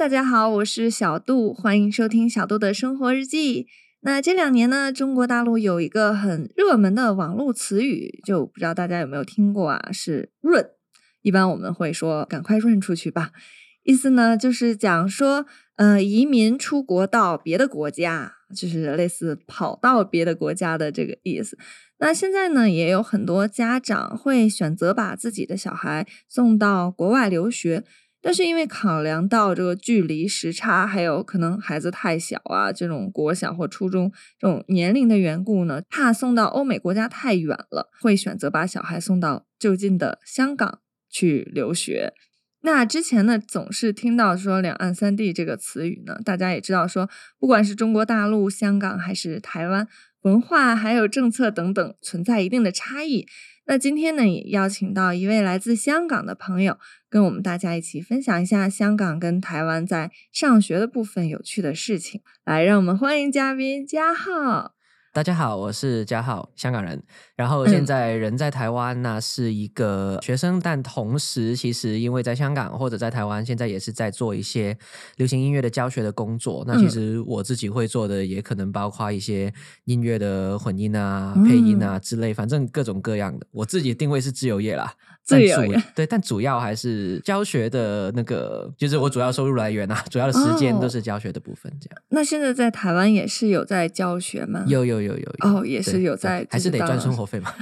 大家好，我是小杜，欢迎收听小杜的生活日记。那这2年呢，中国大陆有一个很热门的网络词语，就不知道大家有没有听过啊，是润。一般我们会说赶快润出去吧，意思呢就是讲说移民出国到别的国家，就是类似跑到别的国家的这个意思。那现在呢，也有很多家长会选择把自己的小孩送到国外留学，但是因为考量到这个距离时差，还有可能孩子太小啊，这种国小或初中这种年龄的缘故呢，怕送到欧美国家太远了，会选择把小孩送到就近的香港去留学。那之前呢，总是听到说两岸三地这个词语呢，大家也知道说，不管是中国大陆、香港还是台湾，文化还有政策等等存在一定的差异。那今天呢，也邀请到一位来自香港的朋友，跟我们大家一起分享一下香港跟台湾在上学的部分有趣的事情。来，让我们欢迎嘉宾嘉浩。 大家好，我是嘉浩，香港人，然后现在人在台湾呢，是一个学生，但同时其实因为在香港或者在台湾，现在也是在做一些流行音乐的教学的工作。那其实我自己会做的也可能包括一些音乐的混音啊、配音啊之类，反正各种各样的。我自己的定位是自由业啦， 自由业， 对，但主要还是教学的那个，就是我主要收入来源啊，主要的时间都是教学的部分这样。 那现在在台湾也是有在教学吗？ 有也是有在， 还是得赚生活费嘛。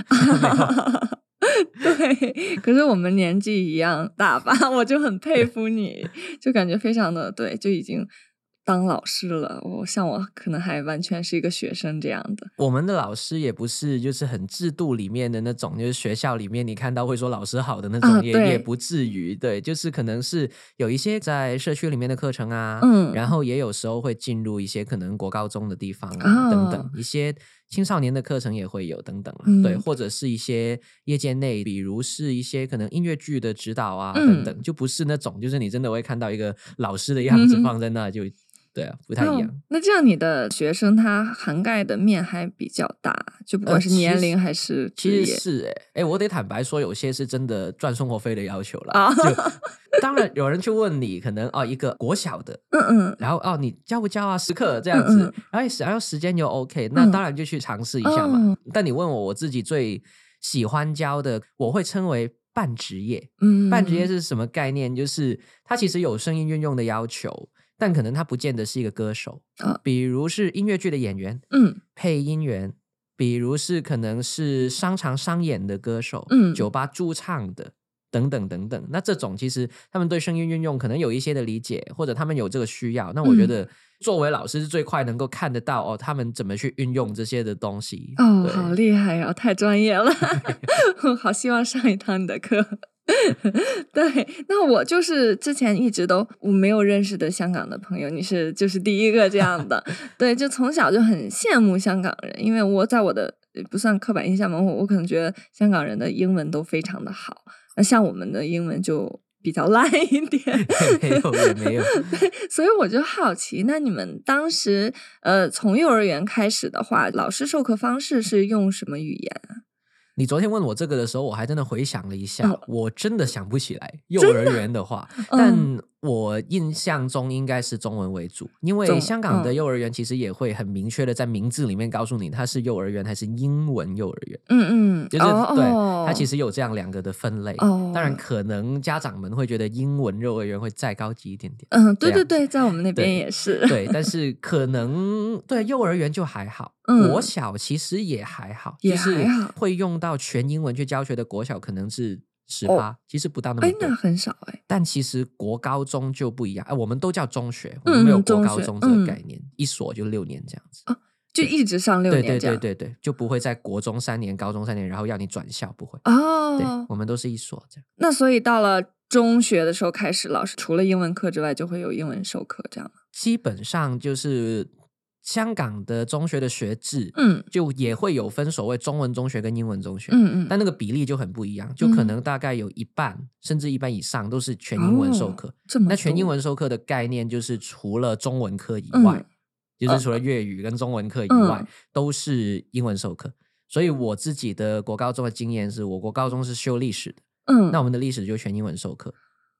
对，可是我们年纪一样大吧，我就很佩服你，就感觉非常的对，就已经当老师了。像我可能还完全是一个学生这样的。 我们的老师也不是就是很制度里面的那种，就是学校里面你看到会说老师好的那种，也不至于。对，就是可能是有一些在社区里面的课程啊，然后也有时候会进入一些可能国高中的地方啊，等等，一些青少年的课程也会有等等，对，或者是一些业界内，比如是一些可能音乐剧的指导啊，等等，就不是那种就是你真的会看到一个老师的样子放在那就。对啊，不太一样。 那这样你的学生他涵盖的面还比较大，就不管是年龄还是职业。 其实是我得坦白说，有些是真的赚生活费的要求啦。就当然有人去问你，可能一个国小的，然后你教不教啊，10课这样子，然后时间又 OK，那当然就去尝试一下嘛。但你问我自己最喜欢教的，我会称为半职业。半职业是什么概念？就是它其实有声音运用的要求。但可能他不见得是一个歌手，比如是音乐剧的演员，配音员，比如是可能是商场商演的歌手，酒吧驻唱的，等等等等。那这种其实他们对声音运用可能有一些的理解，或者他们有这个需要。那我觉得作为老师是最快能够看得到他们怎么去运用这些的东西。 好厉害啊，太专业了。好希望上一堂你的课。对，那我就是之前一直都没有认识的香港的朋友，你是就是第一个这样的。对，就从小就很羡慕香港人，因为我在我的不算刻板印象嘛，我可能觉得香港人的英文都非常的好，那像我们的英文就比较烂一点。 没有对，所以我就好奇，那你们当时从幼儿园开始的话，老师授课方式是用什么语言啊？ 你昨天问我这个的时候，我还真的回想了一下，我真的想不起来幼儿园的话，但我印象中应该是中文为主，因为香港的幼儿园其实也会很明确的在名字里面告诉你它是幼儿园还是英文幼儿园。就是对，它其实有这样2个的分类。当然可能家长们会觉得英文幼儿园会再高级一点点。 对，在我们那边也是。 对，但是可能对幼儿园就还好，国小其实也还好，就是会用到全英文去教学的国小可能是10%，其实不到那么多。 那很少但其实国高中就不一样，我们都叫中学，我们没有国高中这个概念，一所就6年这样子。 就一直上6年这样。 对，就不会在国中3年、高中3年，然后要你转校，不会。对，我们都是一所这样。 那所以到了中学的时候开始，老师除了英文课之外，就会有英文授课这样吗？ 基本上就是香港的中学的学制，就也会有分所谓中文中学跟英文中学，但那个比例就很不一样，就可能大概有一半甚至一半以上都是全英文授课。那全英文授课的概念就是除了中文课以外，就是除了粤语跟中文课以外，都是英文授课。所以我自己的国高中的经验是，我国高中是修历史的，那我们的历史就全英文授课。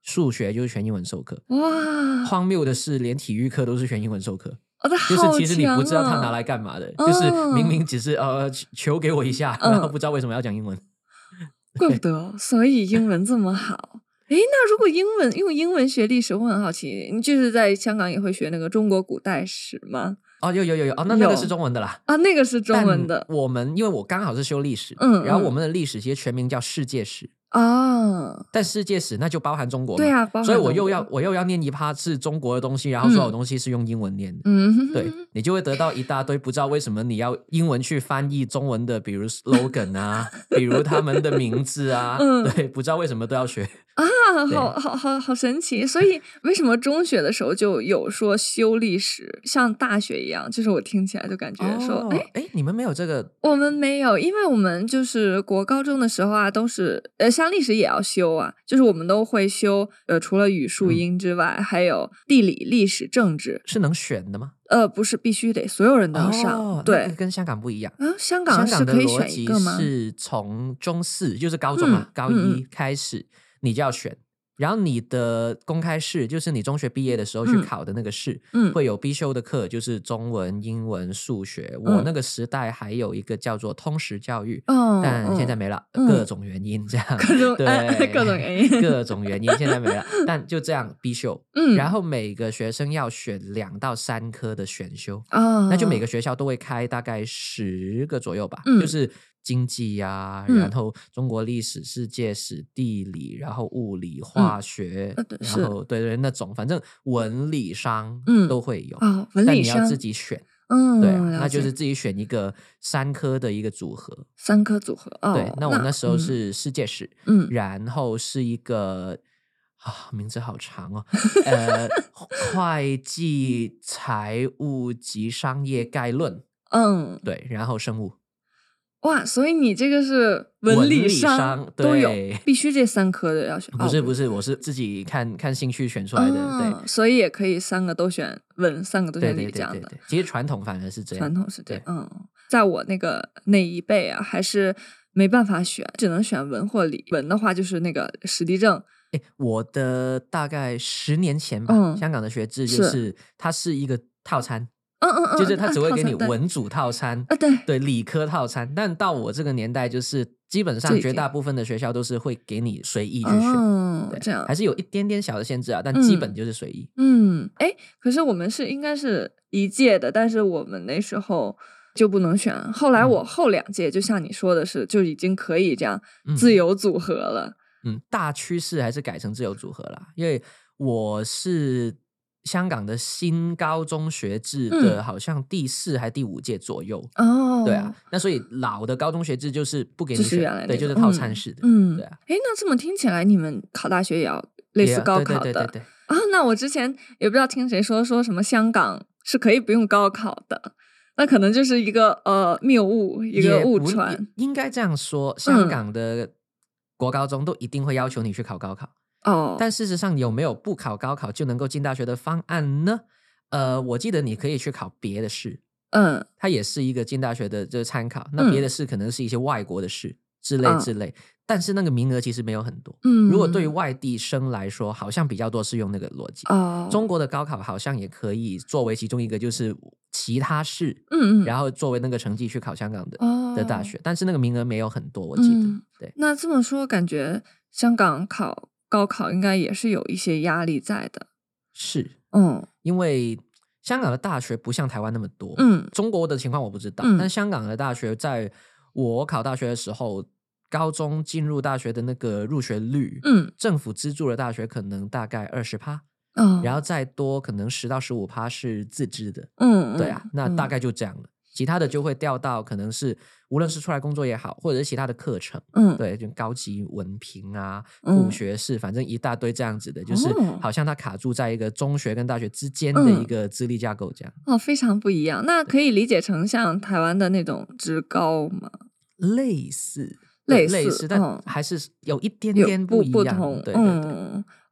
数学就是全英文授课。 哇， 荒谬的是连体育课都是全英文授课。 就是其实你不知道他拿来干嘛的，就是明明只是球给我一下，然后不知道为什么要讲英文。 怪不得，所以英文这么好。诶，那如果用英文学历史，我很好奇，你就是在香港也会学那个中国古代史吗？ 有那个是中文的啦。 那个是中文的。 我们因为我刚好是修历史，然后我们的历史其实全名叫世界史。但世界史那就包含中国嘛， 对啊，包含所以我又要念一趴是中国的东西，然后所有东西是用英文念的。对，你就会得到一大堆不知道为什么你要英文去翻译中文的，比如 slogan 啊，比如他们的名字啊，对，不知道为什么都要学好神奇。所以为什么中学的时候就有说修历史，像大学一样，就是我听起来就感觉说你们没有这个？ 我们没有，因为我们就是国高中的时候啊，都是像历史也要修啊，就是我们都会修除了语数英之外，还有地理、历史、政治。 是能选的吗？ 不是，必须得所有人都要上。对， 跟香港不一样。 香港是可以选一个吗？ 是从中四，就是高中啊，高一开始你就要选。然后你的公开试就是你中学毕业的时候去考的那个试，会有必修的课，就是中文、英文、数学。我那个时代还有一个叫做通识教育，但现在没了，各种原因这样。 各种原因， 各种原因现在没了，但就这样必修。然后每个学生要选2到3科的选修，那就每个学校都会开大概10个左右吧，就是经济啊，然后中国历史、世界史、地理，然后物理、化学，然后对那种，反正文理商都会有。 文理商，但你要自己选。对啊，那就是自己选一个3科的一个组合。 3科组合。 对，那我那时候是世界史，然后是一个名字好长哦，会计、财务及商业概论。对，然后生物。 哇，所以你这个是文理商都有，必须这3科的要选？ 不是，我是自己看兴趣选出来的。对， 所以也可以3个都选文，3个都选理这样的。 其实传统反而是这样， 传统是这样。在我那一辈啊，还是没办法选，只能选文或理。文的话就是那个史地政。 我的大概10年前吧，香港的学制就是它是一个套餐。就是他只会给你文组套餐，对理科套餐，但到我这个年代，就是基本上绝大部分的学校都是会给你随意去选， 这样还是有一点点小的限制啊，但基本就是随意。 可是我们应该是一届的，但是我们那时候就不能选。后来我后2届，就像你说的是，就已经可以这样自由组合了。 大趋势还是改成自由组合啦，因为我是香港的新高中学制的好像第4还第5届左右。对啊，那所以老的高中学制就是不给你选，对，就是套餐式的。对啊。 那这么听起来你们考大学也要类似高考的。 对。 那我之前也不知道听谁说什么香港是可以不用高考的，那可能就是一个谬误，一个误传。 应该这样说，香港的国高中都一定会要求你去考高考。但事实上有没有不考高考就能够进大学的方案呢？我记得你可以去考别的试，它也是一个进大学的这个参考。那别的试可能是一些外国的试之类，但是那个名额其实没有很多。如果对于外地生来说，好像比较多是用那个逻辑。中国的高考好像也可以作为其中一个，就是其他试，然后作为那个成绩去考香港的大学，但是那个名额没有很多，我记得。对， 那这么说，感觉香港考高考应该也是有一些压力在的。 是，因为香港的大学不像台湾那么多。中国的情况我不知道，但香港的大学在我考大学的时候，高中进入大学的那个入学率，政府资助的大学可能大概20%，然后再多可能10到15%是自资的。对啊，那大概就这样了。其他的就会调到可能是无论是出来工作也好，或者是其他的课程，对，就高级文凭啊、副学士，反正一大堆这样子的，就是好像它卡住在一个中学跟大学之间的一个资历架构这样。 非常不一样。那可以理解成像台湾的那种职高吗？ 类似，但还是有一点点不一样。对。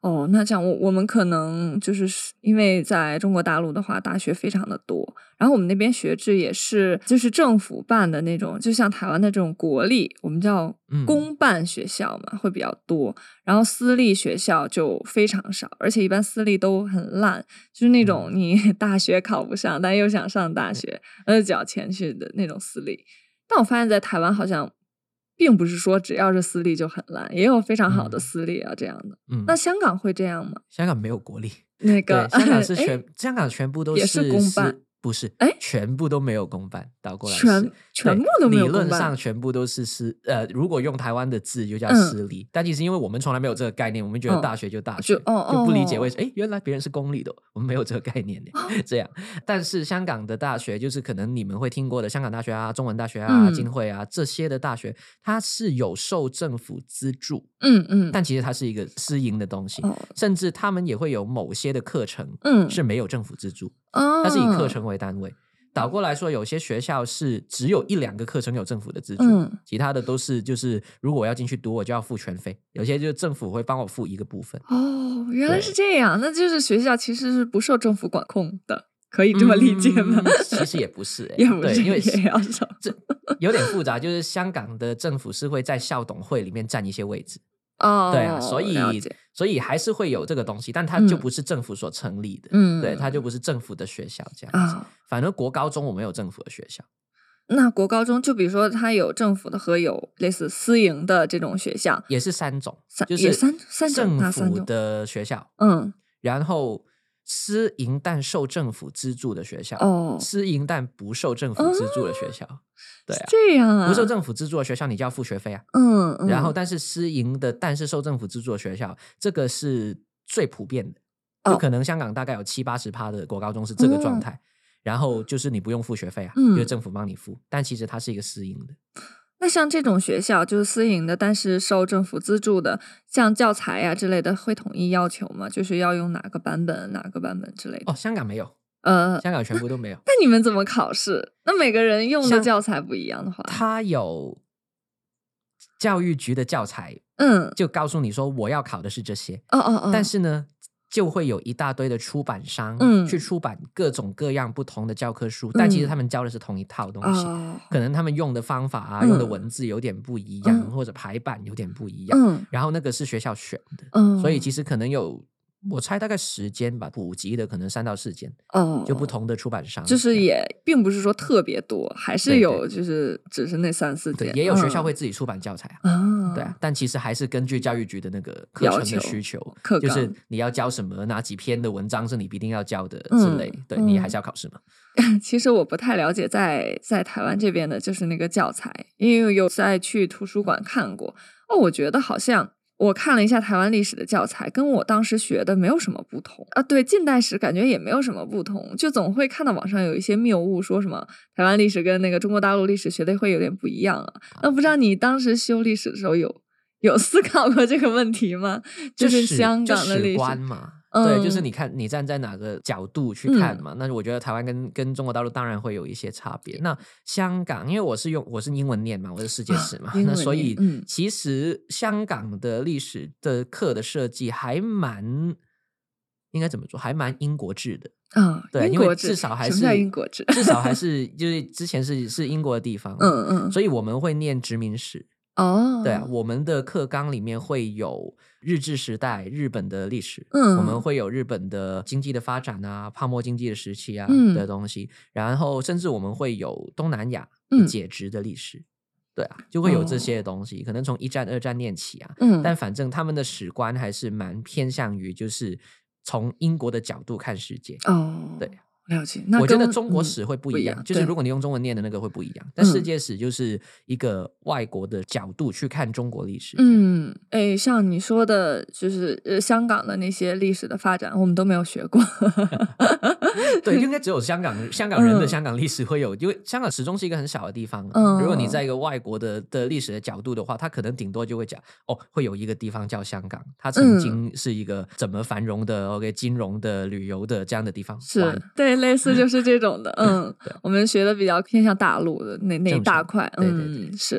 哦，那这样我们可能就是因为在中国大陆的话，大学非常的多，然后我们那边学制也是就是政府办的那种，就像台湾的这种国立，我们叫公办学校嘛，会比较多，然后私立学校就非常少，而且一般私立都很烂，就是那种你大学考不上，但又想上大学，缴钱去的那种私立。但我发现在台湾好像并不是说只要是私立就很烂，也有非常好的私立啊这样的。那香港会这样吗？ 香港没有国立， 那个香港是香港全部都也是公办， 不是，全部都没有公办，倒过来全部都没有公办， 理论上全部都是如果用台湾的字就叫私立，但其实因为我们从来没有这个概念，我们觉得大学就大学，就不理解为什么原来别人是公立的，我们没有这个概念这样。但是香港的大学就是可能你们会听过的香港大学啊、中文大学啊、浸会啊这些的大学，它是有受政府资助，但其实它是一个私营的东西，甚至他们也会有某些的课程是没有政府资助，它是以课程为单位。倒过来说，有些学校是只有1-2个课程有政府的资助，其他的都是就是如果我要进去读，我就要付全费。有些就是政府会帮我付一个部分。 哦，原来是这样，那就是学校其实是不受政府管控的，可以这么理解吗？ 其实也不是， 也不是， 因为也要受。 这有点复杂，就是香港的政府是会在校董会里面占一些位置。对啊，所以还是会有这个东西，但它就不是政府所成立的，对，它就不是政府的学校这样子。反正国高中我们有政府的学校。 那国高中就比如说它有政府的和有类似私营的这种学校， 也是3种， 就是政府的学校，然后私营但受政府资助的学校，私营但不受政府资助的学校。对啊， 这样啊， 不受政府资助的学校你就要付学费啊，然后但是私营的但是受政府资助的学校，这个是最普遍的，就可能香港大概有70-80%的国高中是这个状态，然后就是你不用付学费啊，因为政府帮你付，但其实它是一个私营的。 那像这种学校就是私营的但是受政府资助的，像教材啊之类的会统一要求吗？就是要用哪个版本之类的？ 香港没有，香港全部都没有。 那你们怎么考试？那每个人用的教材不一样的话， 他有教育局的教材，就告诉你说我要考的是这些，但是呢就会有一大堆的出版商去出版各种各样不同的教科书，但其实他们教的是同一套东西，可能他们用的方法啊，用的文字有点不一样，或者排版有点不一样，然后那个是学校选的，所以其实可能有我猜大概10间吧，普及的可能3到4间，就不同的出版商， 就是也并不是说特别多，还是有就是只是那3-4间， 对，也有学校会自己出版教材啊，对啊，但其实还是根据教育局的那个课程的需求，就是你要教什么，哪几篇的文章是你必定要教的之类，对，你还是要考试嘛。 其实我不太了解在台湾这边的就是那个教材，因为有在去图书馆看过，我觉得好像我看了一下台湾历史的教材，跟我当时学的没有什么不同啊。对，近代史感觉也没有什么不同，就总会看到网上有一些谬误，说什么台湾历史跟那个中国大陆历史学的会有点不一样啊。那不知道你当时修历史的时候有思考过这个问题吗？就是香港的历史观嘛。对，就是你看你站在哪个角度去看嘛，那我觉得台湾跟中国大陆当然会有一些差别。那香港因为我是英文念嘛，我是世界史嘛，那所以其实香港的历史的课的设计还蛮应该怎么说，还蛮英国制的对，因为至少还是英国制至少还是就是之前是英国的地方，所以我们会念殖民史。对啊，我们的课纲里面会有日治时代日本的历史，我们会有日本的经济的发展啊，泡沫经济的时期啊的东西，然后甚至我们会有东南亚解殖的历史，对啊，就会有这些东西，可能从1战2战念起啊，但反正他们的史观还是蛮偏向于就是从英国的角度看世界，对。 了解， 我觉得中国史会不一样，就是如果你用中文念的那个会不一样，但世界史就是一个外国的角度去看中国历史。 像你说的就是香港的那些历史的发展我们都没有学过对，应该只有香港人的香港历史会有，因为香港始终是一个很小的地方，如果你在一个外国的历史的角度的话，他可能顶多就会讲会有一个地方叫香港，它曾经是一个怎么繁荣的金融的旅游的这样的地方， 是对，类似就是这种的我们学的比较偏向大陆的那一大块，是。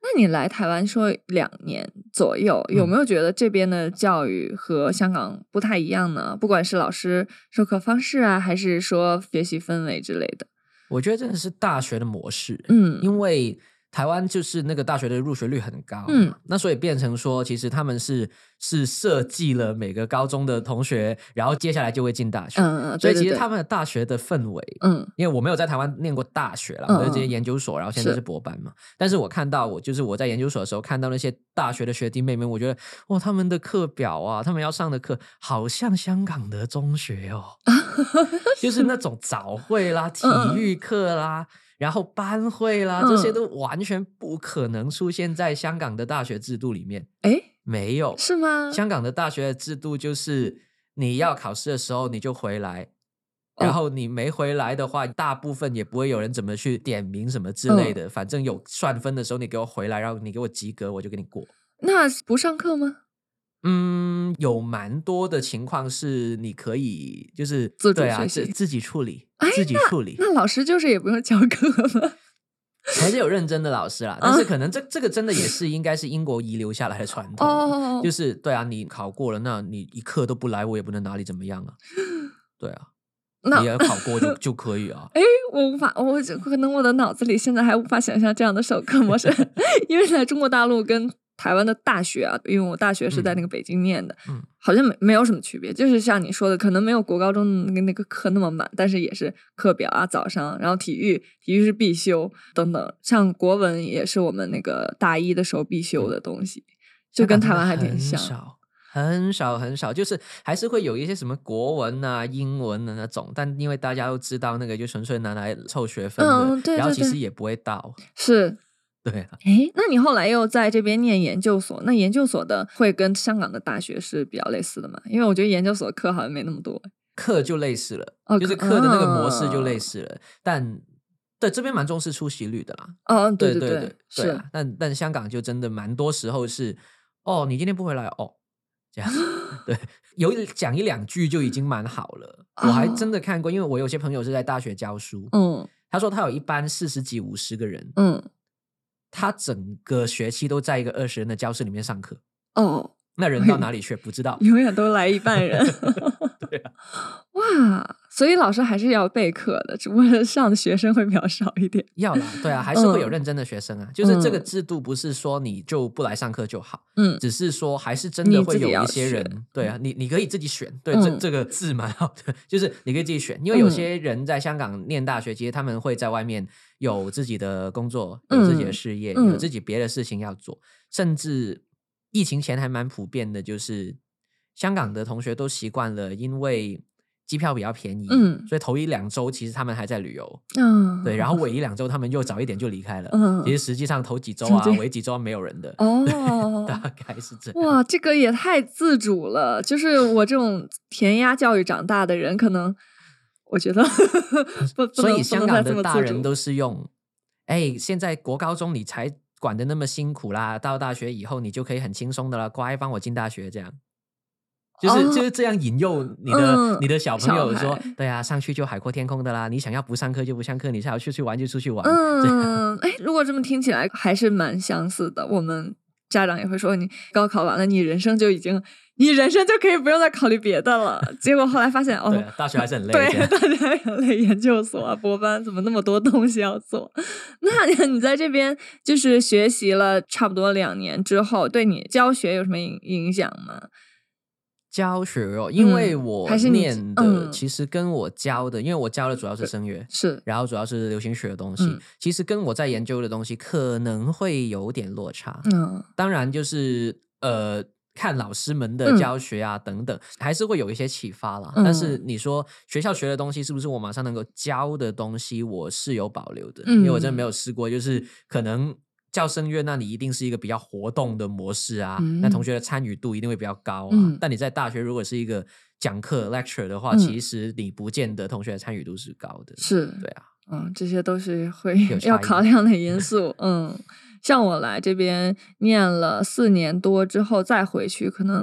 那你来台湾说2年左右，有没有觉得这边的教育和香港不太一样呢？不管是老师授课方式啊，还是说学习氛围之类的。 我觉得真的是大学的模式，因为台湾就是那个大学的入学率很高，那所以变成说其实他们是设计了每个高中的同学，然后接下来就会进大学，所以其实他们的大学的氛围，因为我没有在台湾念过大学啦，我就直接研究所，然后现在是博班嘛，但是我看到我在研究所的时候看到那些大学的学弟妹妹，我觉得哇，他们的课表啊，他们要上的课好像香港的中学哦，就是那种早会啦、体育课啦。然后班会啦，这些都完全不可能出现在香港的大学制度里面。没有， 是吗？ 香港的大学的制度就是你要考试的时候你就回来，然后你没回来的话，大部分也不会有人怎么去点名什么之类的，反正有算分的时候你给我回来，然后你给我及格我就给你过。 那不上课吗？ 有蛮多的情况是你可以就是自主学习， 自己处理，自己处理。 那老师就是也不用教课吗？ 还是有认真的老师啦，但是可能这个真的也是应该是英国遗留下来的传统，就是对啊，你考过了，那你一课都不来，我也不能拿你怎么样啊。对啊，你要考过就可以啊。 我无法，可能我的脑子里现在还无法想象这样的授课模式，因为在中国大陆跟台湾的大学啊，因为我大学是在那个北京念的，好像没有什么区别，就是像你说的，可能没有国高中的那个课那么满，但是也是课表啊，早上，然后体育是必修等等，像国文也是我们那个大一的时候必修的东西，就跟台湾还挺像。 很少，就是还是会有一些什么国文啊、英文的那种，但因为大家都知道那个就纯粹拿来凑学分的， 对， 然后其实也不会到。 是。 对啊， 那你后来又在这边念研究所，那研究所的会跟香港的大学是比较类似的吗？因为我觉得研究所的课好像没那么多。 课就类似了，就是课的那个模式就类似了，但对这边蛮重视出席率的啦。 对， 是啊，但香港就真的蛮多时候是你今天不回来这样对，有讲一两句就已经蛮好了。我还真的看过，因为我有些朋友是在大学教书，他说他有一班40几50个人，他整个学期都在一个20人的教室里面上课。那人到哪里去不知道， 永远都来一半人。 对啊， 哇，所以老师还是要备课的，只不过上的学生会比较少一点。 要啦，对啊，还是会有认真的学生啊。就是这个制度不是说你就不来上课就好，只是说还是真的会有一些人，对啊，你可以自己选，对，这个字蛮好的，就是你可以自己选，因为有些人在香港念大学，其实他们会在外面有自己的工作，有自己的事业，有自己别的事情要做，甚至疫情前还蛮普遍的，就是香港的同学都习惯了，因为机票比较便宜，所以头1-2周其实他们还在旅游，对，然后尾1-2周他们又早一点就离开了，其实实际上头几周啊，尾几周没有人的，大概是这样。 哇，这个也太自主了，就是我这种填鸭教育长大的人，可能我觉得所以香港的大人都是用，现在国高中你才管得那么辛苦啦，到大学以后你就可以很轻松的了，乖，帮我进大学这样。就是这样引诱你的小朋友说，对啊，上去就海阔天空的啦，你想要不上课就不上课，你想要出去玩就出去玩。 如果这么听起来还是蛮相似的，我们家长也会说，你高考完了，你人生就可以不用再考虑别的了。结果后来发现对，大学还是很累， 对，大学还很累，研究所啊、博班怎么那么多东西要做？那你在这边就是学习了差不多2年之后，对你教学有什么影响吗？ 教学因为我念的其实跟我教的，因为我教的主要是声乐， 是， 然后主要是流行曲的东西，其实跟我在研究的东西可能会有点落差。当然就是看老师们的教学啊等等，还是会有一些启发啦。但是你说学校学的东西是不是我马上能够教的东西，我是有保留的，因为我真的没有试过，就是可能教声乐，那你一定是一个比较活动的模式啊，那同学的参与度一定会比较高啊。但你在大学如果是一个讲课 lecture 的话，其实你不见得同学的参与度是高的。 是， 对啊， 这些都是会要考量的因素。像我来这边念了4年多之后再回去，可能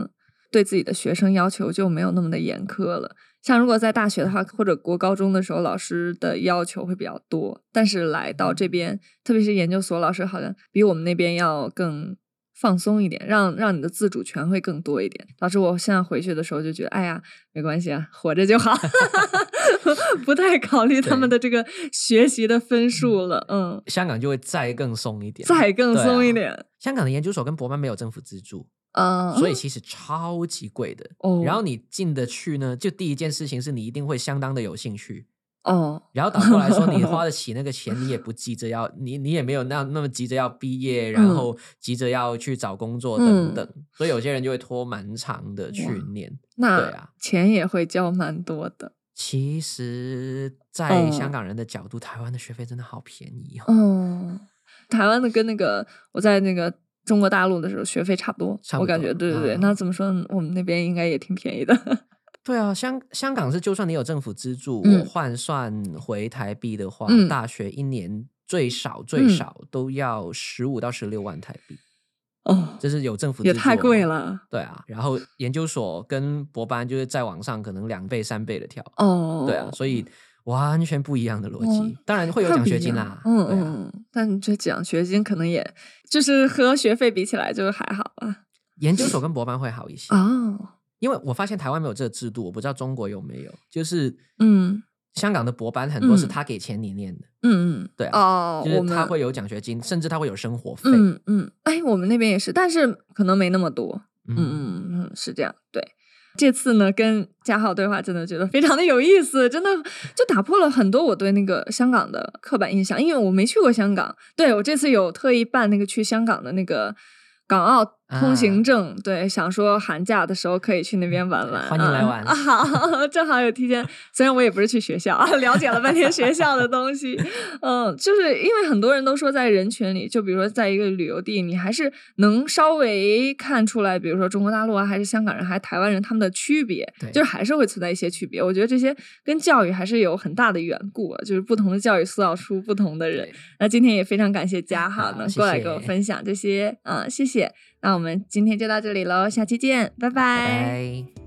对自己的学生要求就没有那么的严苛了。像如果在大学的话，或者国高中的时候，老师的要求会比较多，但是来到这边，特别是研究所，老师好像比我们那边要更放松一点，让你的自主权会更多一点。导致我现在回去的时候就觉得，哎呀，没关系啊，活着就好，不太考虑他们的这个学习的分数了。 香港就会再更松一点， 再更松一点。 香港的研究所跟博班没有政府资助。所以其实超级贵的。然后你进得去呢，就第一件事情是你一定会相当的有兴趣。然后倒过来说，你花得起那个钱，你也不急着要你也没有那么急着要毕业，然后急着要去找工作等等。所以有些人就会拖蛮长的去念。 那对啊， 钱也会交蛮多的。 其实在香港人的角度，台湾的学费真的好便宜哦。 台湾的跟那个我在那个中国大陆的时候学费差不多，我感觉对对对。那怎么说呢？我们那边应该也挺便宜的。 对啊，香港是就算你有政府资助，我换算回台币的话，大学一年最少都要15到16万台币。这是有政府资助， 也太贵了。 对啊，然后研究所跟博班就是在往上可能2倍3倍的跳。对啊，所以完全不一样的逻辑。当然会有奖学金啦。 但这奖学金可能也就是和学费比起来就还好啊。 研究所跟博班会好一些因为我发现台湾没有这个制度，我不知道中国有没有。就是香港的博班很多是他给钱你念的。对啊，就是他会有奖学金，甚至他会有生活费。 我们那边也是，但是可能没那么多。是这样。对，这次呢跟嘉浩对话真的觉得非常的有意思，真的就打破了很多我对那个香港的刻板印象，因为我没去过香港。对，我这次有特意办那个去香港的那个港澳通行证。对，想说寒假的时候可以去那边玩玩。 欢迎来玩。 好，正好有提前，虽然我也不是去学校了解了半天学校的东西。就是因为很多人都说在人群里，就比如说在一个旅游地，你还是能稍微看出来，比如说中国大陆还是香港人还是台湾人他们的区别，就是还是会存在一些区别。我觉得这些跟教育还是有很大的缘故，就是不同的教育塑造出不同的人。那今天也非常感谢嘉浩能过来跟我分享这些。谢谢。那我们今天就到这里咯，下期见，拜拜。